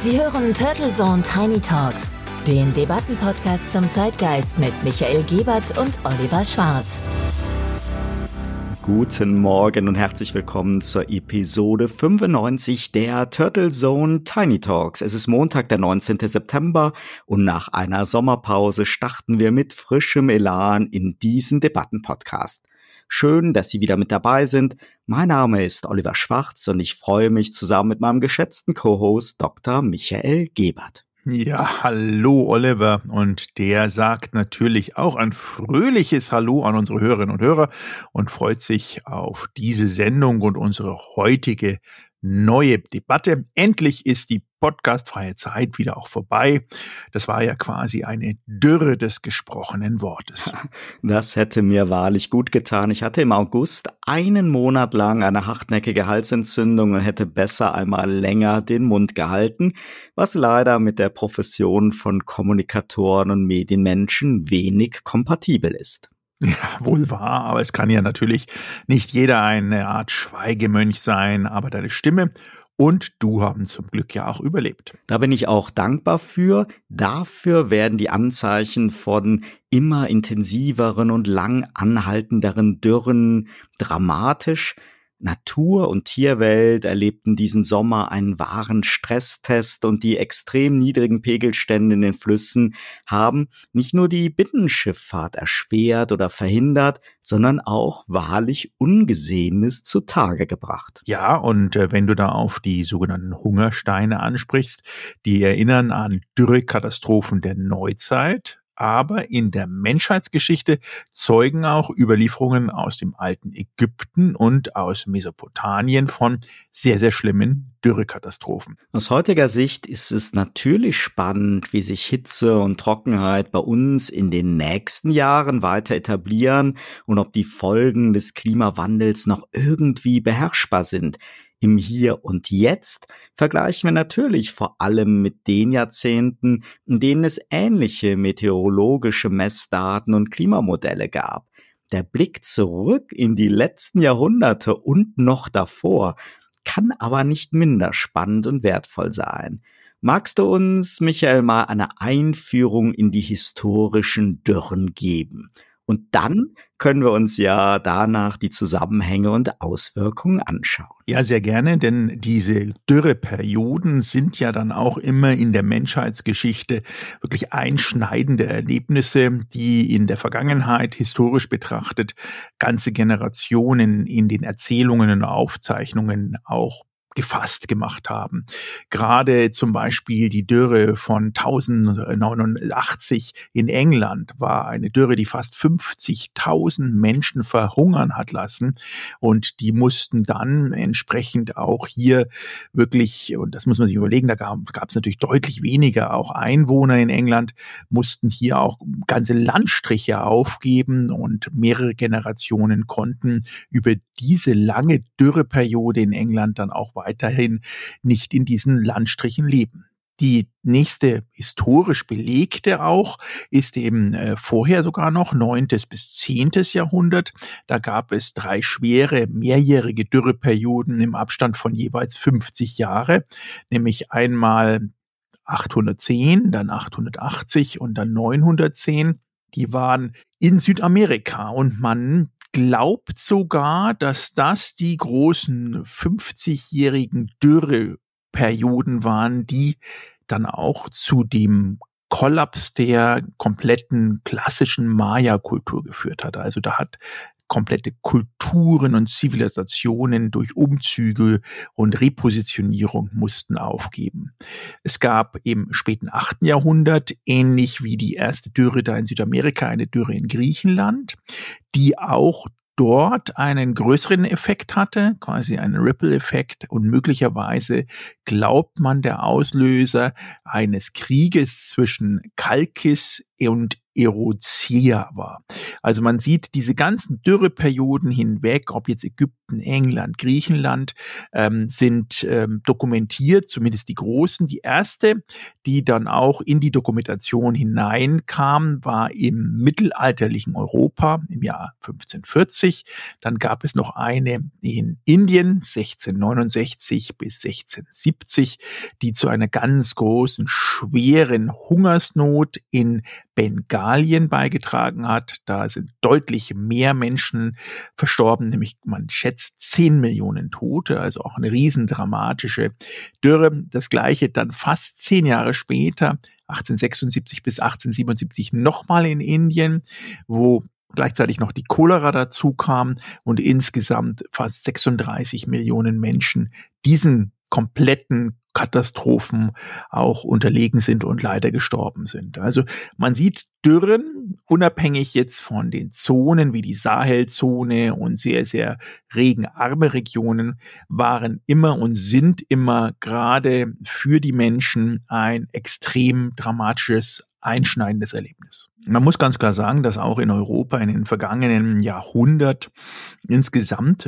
Sie hören Turtle Zone Tiny Talks, den Debattenpodcast zum Zeitgeist mit Michael Gebert und Oliver Schwarz. Guten Morgen und herzlich willkommen zur Episode 95 der Turtle Zone Tiny Talks. Es ist Montag, der 19. September und nach einer Sommerpause starten wir mit frischem Elan in diesen Debattenpodcast. Schön, dass Sie wieder mit dabei sind. Mein Name ist Oliver Schwarz und ich freue mich zusammen mit meinem geschätzten Co-Host Dr. Michael Gebert. Ja, hallo Oliver, und der sagt natürlich auch ein fröhliches Hallo an unsere Hörerinnen und Hörer und freut sich auf diese Sendung und unsere heutige neue Debatte. Endlich ist die podcastfreie Zeit wieder auch vorbei. Das war ja quasi eine Dürre des gesprochenen Wortes. Das hätte mir wahrlich gut getan. Ich hatte im August einen Monat lang eine hartnäckige Halsentzündung und hätte besser einmal länger den Mund gehalten, was leider mit der Profession von Kommunikatoren und Medienmenschen wenig kompatibel ist. Ja, wohl wahr, aber es kann ja natürlich nicht jeder eine Art Schweigemönch sein, aber deine Stimme und du haben zum Glück ja auch überlebt. Da bin ich auch dankbar für. Dafür werden die Anzeichen von immer intensiveren und lang anhaltenderen Dürren dramatisch. Natur- und Tierwelt erlebten diesen Sommer einen wahren Stresstest und die extrem niedrigen Pegelstände in den Flüssen haben nicht nur die Binnenschifffahrt erschwert oder verhindert, sondern auch wahrlich Ungesehenes zutage gebracht. Ja, und wenn du da auf die sogenannten Hungersteine ansprichst, die erinnern an Dürrekatastrophen der Neuzeit. Aber in der Menschheitsgeschichte zeugen auch Überlieferungen aus dem alten Ägypten und aus Mesopotamien von sehr, sehr schlimmen Dürrekatastrophen. Aus heutiger Sicht ist es natürlich spannend, wie sich Hitze und Trockenheit bei uns in den nächsten Jahren weiter etablieren und ob die Folgen des Klimawandels noch irgendwie beherrschbar sind. Im Hier und Jetzt vergleichen wir natürlich vor allem mit den Jahrzehnten, in denen es ähnliche meteorologische Messdaten und Klimamodelle gab. Der Blick zurück in die letzten Jahrhunderte und noch davor kann aber nicht minder spannend und wertvoll sein. Magst du uns, Michael, mal eine Einführung in die historischen Dürren geben? Und dann können wir uns ja danach die Zusammenhänge und Auswirkungen anschauen. Ja, sehr gerne, denn diese Dürreperioden sind ja dann auch immer in der Menschheitsgeschichte wirklich einschneidende Erlebnisse, die in der Vergangenheit historisch betrachtet ganze Generationen in den Erzählungen und Aufzeichnungen auch gefasst gemacht haben. Gerade zum Beispiel die Dürre von 1089 in England war eine Dürre, die fast 50.000 Menschen verhungern hat lassen, und die mussten dann entsprechend auch hier wirklich, und das muss man sich überlegen, da gab es natürlich deutlich weniger auch Einwohner in England, mussten hier auch ganze Landstriche aufgeben, und mehrere Generationen konnten über diese lange Dürreperiode in England dann auch weiterhin nicht in diesen Landstrichen leben. Die nächste historisch belegte auch ist eben vorher sogar noch 9. bis 10. Jahrhundert. Da gab es 3 schwere mehrjährige Dürreperioden im Abstand von jeweils 50 Jahre, nämlich einmal 810, dann 880 und dann 910. Die waren in Südamerika, und man glaubt sogar, dass das die großen 50-jährigen Dürreperioden waren, die dann auch zu dem Kollaps der kompletten klassischen Maya-Kultur geführt hat. Also da hat komplette Kulturen und Zivilisationen durch Umzüge und Repositionierung mussten aufgeben. Es gab im späten 8. Jahrhundert, ähnlich wie die erste Dürre da in Südamerika, eine Dürre in Griechenland, die auch dort einen größeren Effekt hatte, quasi einen Ripple-Effekt, und möglicherweise glaubt man, der Auslöser eines Krieges zwischen Chalkis und Eorzea war. Also man sieht diese ganzen Dürreperioden hinweg, ob jetzt Ägypten Ägypten, England, Griechenland sind dokumentiert, zumindest die großen. Die erste, die dann auch in die Dokumentation hineinkam, war im mittelalterlichen Europa im Jahr 1540. Dann gab es noch eine in Indien 1669 bis 1670, die zu einer ganz großen, schweren Hungersnot in Bengalien beigetragen hat. Da sind deutlich mehr Menschen verstorben, nämlich man schätzt 10 Millionen Tote, also auch eine riesendramatische Dürre. Das gleiche dann fast 10 Jahre später, 1876 bis 1877, nochmal in Indien, wo gleichzeitig noch die Cholera dazu kam und insgesamt fast 36 Millionen Menschen diesen kompletten Katastrophen auch unterlegen sind und leider gestorben sind. Also man sieht Dürren, unabhängig jetzt von den Zonen wie die Sahelzone und sehr, sehr regenarme Regionen, waren immer und sind immer gerade für die Menschen ein extrem dramatisches, einschneidendes Erlebnis. Man muss ganz klar sagen, dass auch in Europa in den vergangenen Jahrhundert insgesamt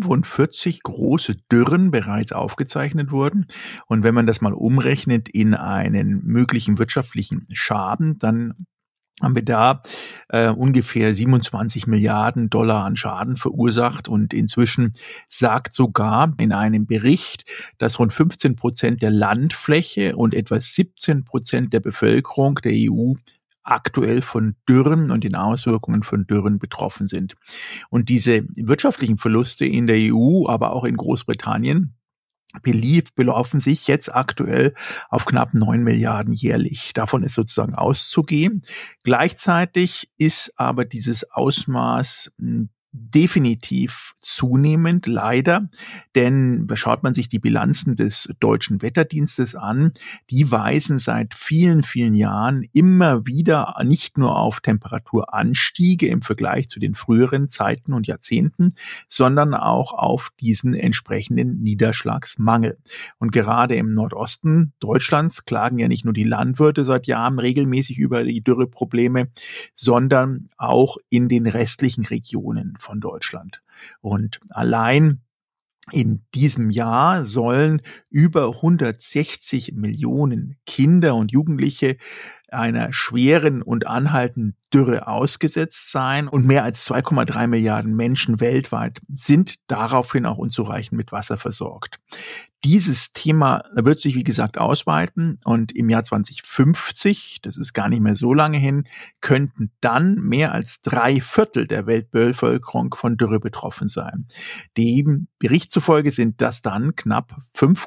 45 große Dürren bereits aufgezeichnet wurden. Und wenn man das mal umrechnet in einen möglichen wirtschaftlichen Schaden, dann haben wir da ungefähr 27 Milliarden Dollar an Schaden verursacht. Und inzwischen sagt sogar in einem Bericht, dass rund 15% der Landfläche und etwa 17% der Bevölkerung der EU aktuell von Dürren und den Auswirkungen von Dürren betroffen sind. Und diese wirtschaftlichen Verluste in der EU, aber auch in Großbritannien, belaufen sich jetzt aktuell auf knapp 9 Milliarden jährlich. Davon ist sozusagen auszugehen. Gleichzeitig ist aber dieses Ausmaß definitiv zunehmend, leider, denn schaut man sich die Bilanzen des Deutschen Wetterdienstes an, die weisen seit vielen, vielen Jahren immer wieder nicht nur auf Temperaturanstiege im Vergleich zu den früheren Zeiten und Jahrzehnten, sondern auch auf diesen entsprechenden Niederschlagsmangel. Und gerade im Nordosten Deutschlands klagen ja nicht nur die Landwirte seit Jahren regelmäßig über die Dürreprobleme, sondern auch in den restlichen Regionen von Deutschland. Und allein in diesem Jahr sollen über 160 Millionen Kinder und Jugendliche einer schweren und anhaltenden Dürre ausgesetzt sein und mehr als 2,3 Milliarden Menschen weltweit sind daraufhin auch unzureichend mit Wasser versorgt. Dieses Thema wird sich, wie gesagt, ausweiten und im Jahr 2050, das ist gar nicht mehr so lange hin, könnten dann mehr als 3/4 der Weltbevölkerung von Dürre betroffen sein. Dem Bericht zufolge sind das dann knapp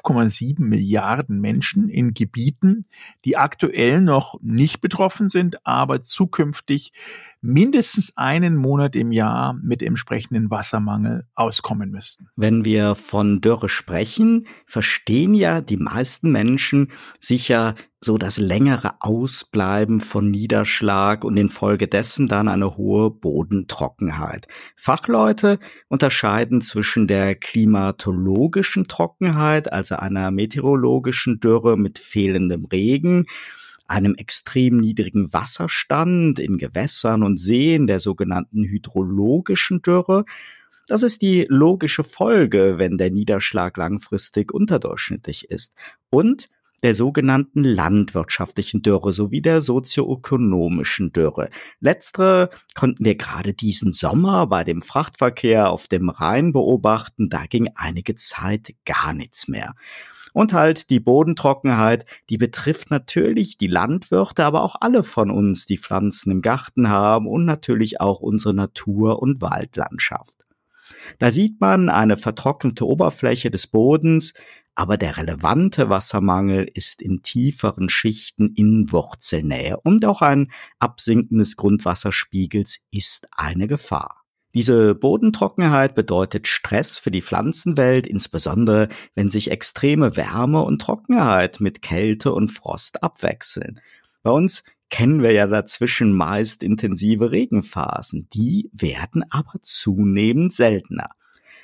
5,7 Milliarden Menschen in Gebieten, die aktuell noch nicht betroffen sind, aber zukünftig mindestens einen Monat im Jahr mit entsprechenden Wassermangel auskommen müssten. Wenn wir von Dürre sprechen, verstehen ja die meisten Menschen sicher so das längere Ausbleiben von Niederschlag und infolgedessen dann eine hohe Bodentrockenheit. Fachleute unterscheiden zwischen der klimatologischen Trockenheit, also einer meteorologischen Dürre mit fehlendem Regen, einem extrem niedrigen Wasserstand in Gewässern und Seen, der sogenannten hydrologischen Dürre. Das ist die logische Folge, wenn der Niederschlag langfristig unterdurchschnittlich ist. Und der sogenannten landwirtschaftlichen Dürre sowie der sozioökonomischen Dürre. Letztere konnten wir gerade diesen Sommer bei dem Frachtverkehr auf dem Rhein beobachten. Da ging einige Zeit gar nichts mehr. Und halt die Bodentrockenheit, die betrifft natürlich die Landwirte, aber auch alle von uns, die Pflanzen im Garten haben und natürlich auch unsere Natur- und Waldlandschaft. Da sieht man eine vertrocknete Oberfläche des Bodens, aber der relevante Wassermangel ist in tieferen Schichten in Wurzelnähe und auch ein Absinken des Grundwasserspiegels ist eine Gefahr. Diese Bodentrockenheit bedeutet Stress für die Pflanzenwelt, insbesondere wenn sich extreme Wärme und Trockenheit mit Kälte und Frost abwechseln. Bei uns kennen wir ja dazwischen meist intensive Regenphasen, die werden aber zunehmend seltener.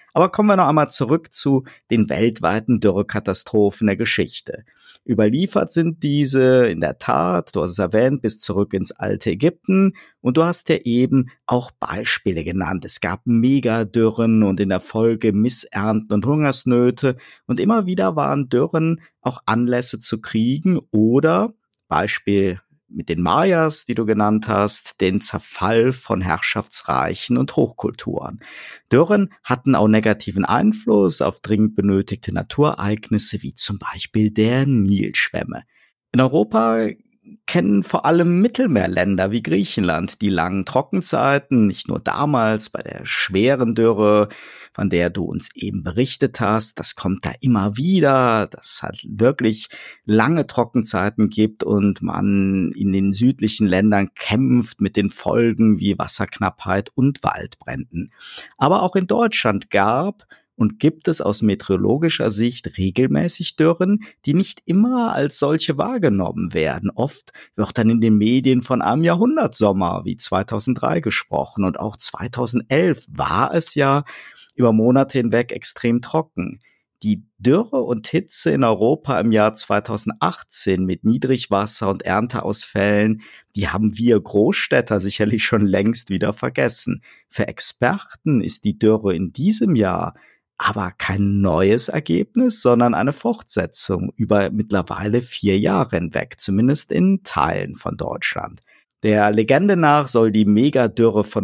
Aber kommen wir noch einmal zurück zu den weltweiten Dürrekatastrophen der Geschichte. Überliefert sind diese in der Tat, du hast es erwähnt, bis zurück ins alte Ägypten, und du hast ja eben auch Beispiele genannt. Es gab Megadürren und in der Folge Missernten und Hungersnöte, und immer wieder waren Dürren auch Anlässe zu Kriegen oder, Beispiel mit den Mayas, die du genannt hast, den Zerfall von Herrschaftsreichen und Hochkulturen. Dürren hatten auch negativen Einfluss auf dringend benötigte Naturereignisse, wie zum Beispiel der Nilschwämme. In Europa kennen vor allem Mittelmeerländer wie Griechenland die langen Trockenzeiten, nicht nur damals bei der schweren Dürre, von der du uns eben berichtet hast. Das kommt da immer wieder, dass es halt wirklich lange Trockenzeiten gibt und man in den südlichen Ländern kämpft mit den Folgen wie Wasserknappheit und Waldbränden. Aber auch in Deutschland gab und gibt es aus meteorologischer Sicht regelmäßig Dürren, die nicht immer als solche wahrgenommen werden. Oft wird dann in den Medien von einem Jahrhundertsommer wie 2003 gesprochen, und auch 2011 war es ja über Monate hinweg extrem trocken. Die Dürre und Hitze in Europa im Jahr 2018 mit Niedrigwasser und Ernteausfällen, die haben wir Großstädter sicherlich schon längst wieder vergessen. Für Experten ist die Dürre in diesem Jahr aber kein neues Ergebnis, sondern eine Fortsetzung über mittlerweile 4 Jahre hinweg, zumindest in Teilen von Deutschland. Der Legende nach soll die Megadürre von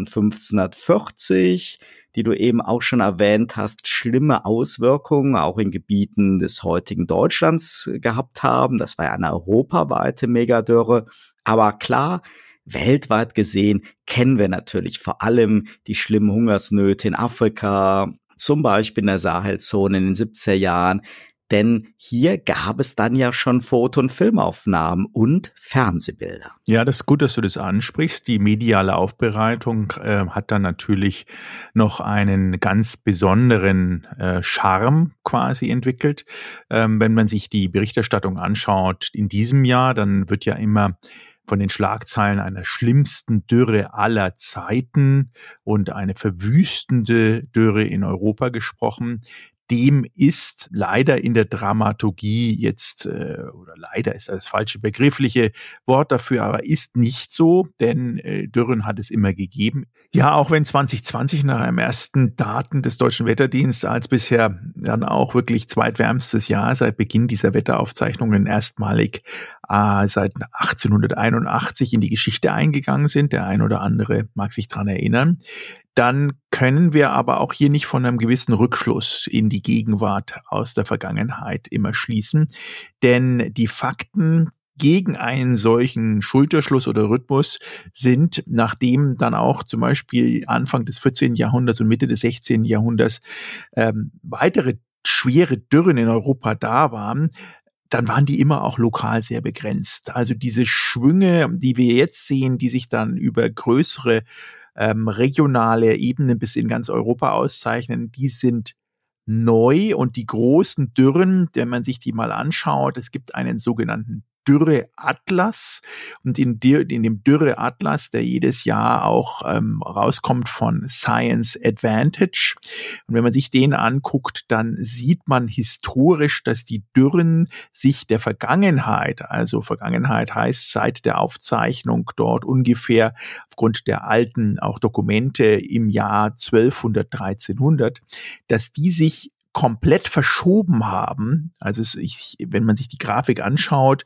1540, die du eben auch schon erwähnt hast, schlimme Auswirkungen auch in Gebieten des heutigen Deutschlands gehabt haben. Das war ja eine europaweite Megadürre. Aber klar, weltweit gesehen kennen wir natürlich vor allem die schlimmen Hungersnöte in Afrika, zum Beispiel in der Sahelzone in den 70er Jahren. Denn hier gab es dann ja schon Foto- und Filmaufnahmen und Fernsehbilder. Ja, das ist gut, dass du das ansprichst. Die mediale Aufbereitung hat dann natürlich noch einen ganz besonderen Charme quasi entwickelt. Wenn man sich die Berichterstattung anschaut in diesem Jahr, dann wird ja immer von den Schlagzeilen einer schlimmsten Dürre aller Zeiten und eine verwüstende Dürre in Europa gesprochen. Dem ist leider in der Dramaturgie jetzt, oder leider ist das falsche begriffliche Wort dafür, aber ist nicht so, denn Dürren hat es immer gegeben. Ja, auch wenn 2020 nach einem ersten Daten des Deutschen Wetterdienstes als bisher dann auch wirklich zweitwärmstes Jahr seit Beginn dieser Wetteraufzeichnungen erstmalig seit 1881 in die Geschichte eingegangen sind. Der ein oder andere mag sich dran erinnern. Dann können wir aber auch hier nicht von einem gewissen Rückschluss in die Gegenwart aus der Vergangenheit immer schließen. Denn die Fakten gegen einen solchen Schulterschluss oder Rhythmus sind, nachdem dann auch zum Beispiel Anfang des 14. Jahrhunderts und Mitte des 16. Jahrhunderts weitere schwere Dürren in Europa da waren, dann waren die immer auch lokal sehr begrenzt. Also diese Schwünge, die wir jetzt sehen, die sich dann über größere regionale Ebenen bis in ganz Europa auszeichnen, die sind neu, und die großen Dürren, wenn man sich die mal anschaut, es gibt einen sogenannten Dürreatlas, und in dem Dürreatlas, der jedes Jahr auch rauskommt von Science Advantage, und wenn man sich den anguckt, dann sieht man historisch, dass die Dürren sich der Vergangenheit, also Vergangenheit heißt seit der Aufzeichnung dort ungefähr aufgrund der alten auch Dokumente im Jahr 1200, 1300, dass die sich komplett verschoben haben. Also wenn man sich die Grafik anschaut,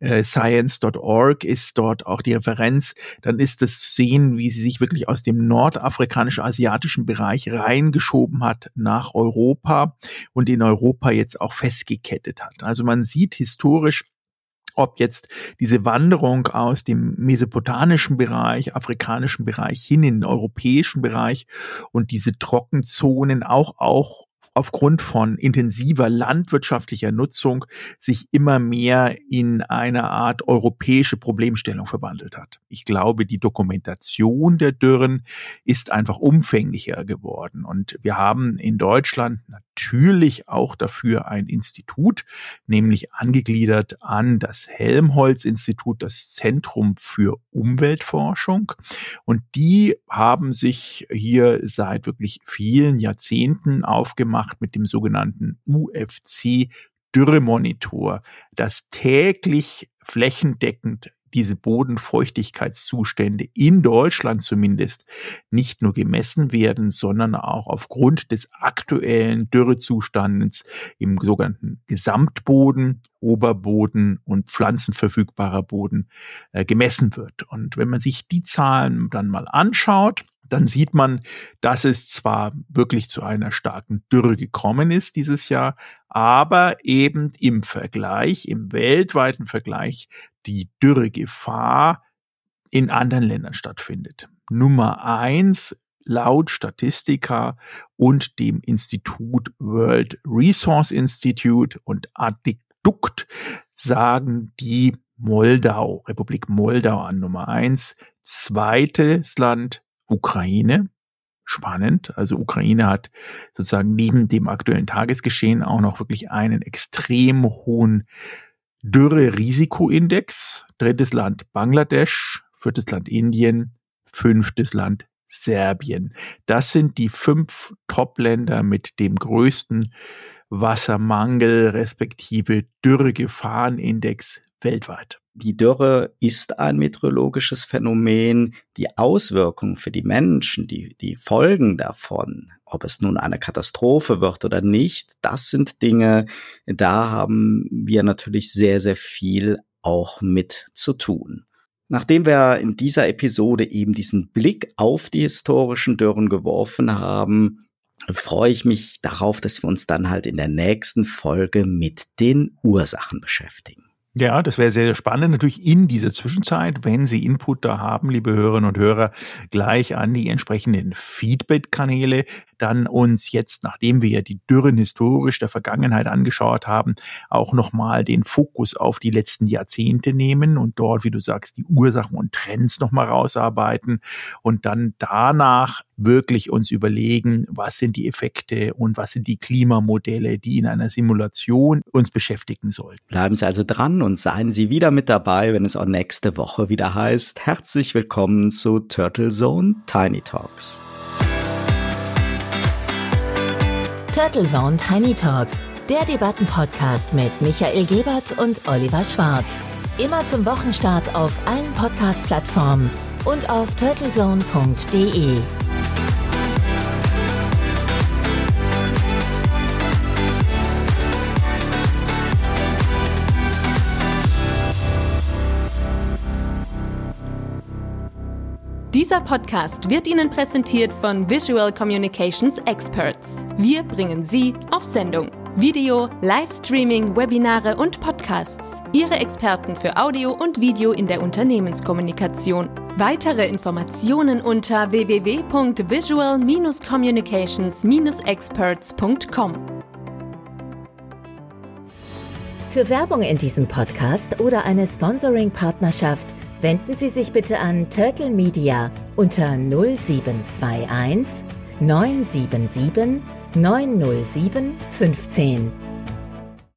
science.org ist dort auch die Referenz, dann ist das zu sehen, wie sie sich wirklich aus dem nordafrikanisch-asiatischen Bereich reingeschoben hat nach Europa und in Europa jetzt auch festgekettet hat. Also man sieht historisch, ob jetzt diese Wanderung aus dem mesopotamischen Bereich, afrikanischen Bereich hin in den europäischen Bereich und diese Trockenzonen auch aufgrund von intensiver landwirtschaftlicher Nutzung sich immer mehr in eine Art europäische Problemstellung verwandelt hat. Ich glaube, die Dokumentation der Dürren ist einfach umfänglicher geworden. Und wir haben in Deutschland natürlich auch dafür ein Institut, nämlich angegliedert an das Helmholtz-Institut, das Zentrum für Umweltforschung. Und die haben sich hier seit wirklich vielen Jahrzehnten aufgemacht mit dem sogenannten UFC-Dürremonitor, das täglich flächendeckend diese Bodenfeuchtigkeitszustände in Deutschland zumindest nicht nur gemessen werden, sondern auch aufgrund des aktuellen Dürrezustandes im sogenannten Gesamtboden, Oberboden und pflanzenverfügbarer Boden gemessen wird. Und wenn man sich die Zahlen dann mal anschaut, dann sieht man, dass es zwar wirklich zu einer starken Dürre gekommen ist dieses Jahr, aber eben im weltweiten Vergleich, die Dürregefahr in anderen Ländern stattfindet. Nummer 1 laut Statistika und dem Institut World Resource Institute und Adduct sagen die Republik Moldau an Nummer 1. Zweites Land Ukraine. Spannend. Also Ukraine hat sozusagen neben dem aktuellen Tagesgeschehen auch noch wirklich einen extrem hohen Dürre-Risikoindex. Drittes Land Bangladesch, viertes Land Indien, fünftes Land Serbien. Das sind die 5 Top-Länder mit dem größten Wassermangel respektive Dürregefahrenindex weltweit. Die Dürre ist ein meteorologisches Phänomen. Die Auswirkungen für die Menschen, die Folgen davon, ob es nun eine Katastrophe wird oder nicht, das sind Dinge, da haben wir natürlich sehr, sehr viel auch mit zu tun. Nachdem wir in dieser Episode eben diesen Blick auf die historischen Dürren geworfen haben, freue ich mich darauf, dass wir uns dann halt in der nächsten Folge mit den Ursachen beschäftigen. Ja, das wäre sehr, sehr spannend. Natürlich in dieser Zwischenzeit, wenn Sie Input da haben, liebe Hörerinnen und Hörer, gleich an die entsprechenden Feedback-Kanäle. Dann uns jetzt, nachdem wir ja die Dürren historisch der Vergangenheit angeschaut haben, auch nochmal den Fokus auf die letzten Jahrzehnte nehmen und dort, wie du sagst, die Ursachen und Trends nochmal rausarbeiten und dann danach wirklich uns überlegen, was sind die Effekte und was sind die Klimamodelle, die in einer Simulation uns beschäftigen sollten. Bleiben Sie also dran und seien Sie wieder mit dabei, wenn es auch nächste Woche wieder heißt, herzlich willkommen zu Turtle Zone Tiny Talks. Turtle Zone Tiny Talks, der Debattenpodcast mit Michael Gebert und Oliver Schwarz. Immer zum Wochenstart auf allen Podcast-Plattformen und auf turtlezone.de. Dieser Podcast wird Ihnen präsentiert von Visual Communications Experts. Wir bringen Sie auf Sendung. Video, Livestreaming, Webinare und Podcasts. Ihre Experten für Audio und Video in der Unternehmenskommunikation. Weitere Informationen unter www.visual-communications-experts.com. Für Werbung in diesem Podcast oder eine Sponsoring-Partnerschaft wenden Sie sich bitte an Turtle Media unter 0721 977 907 15.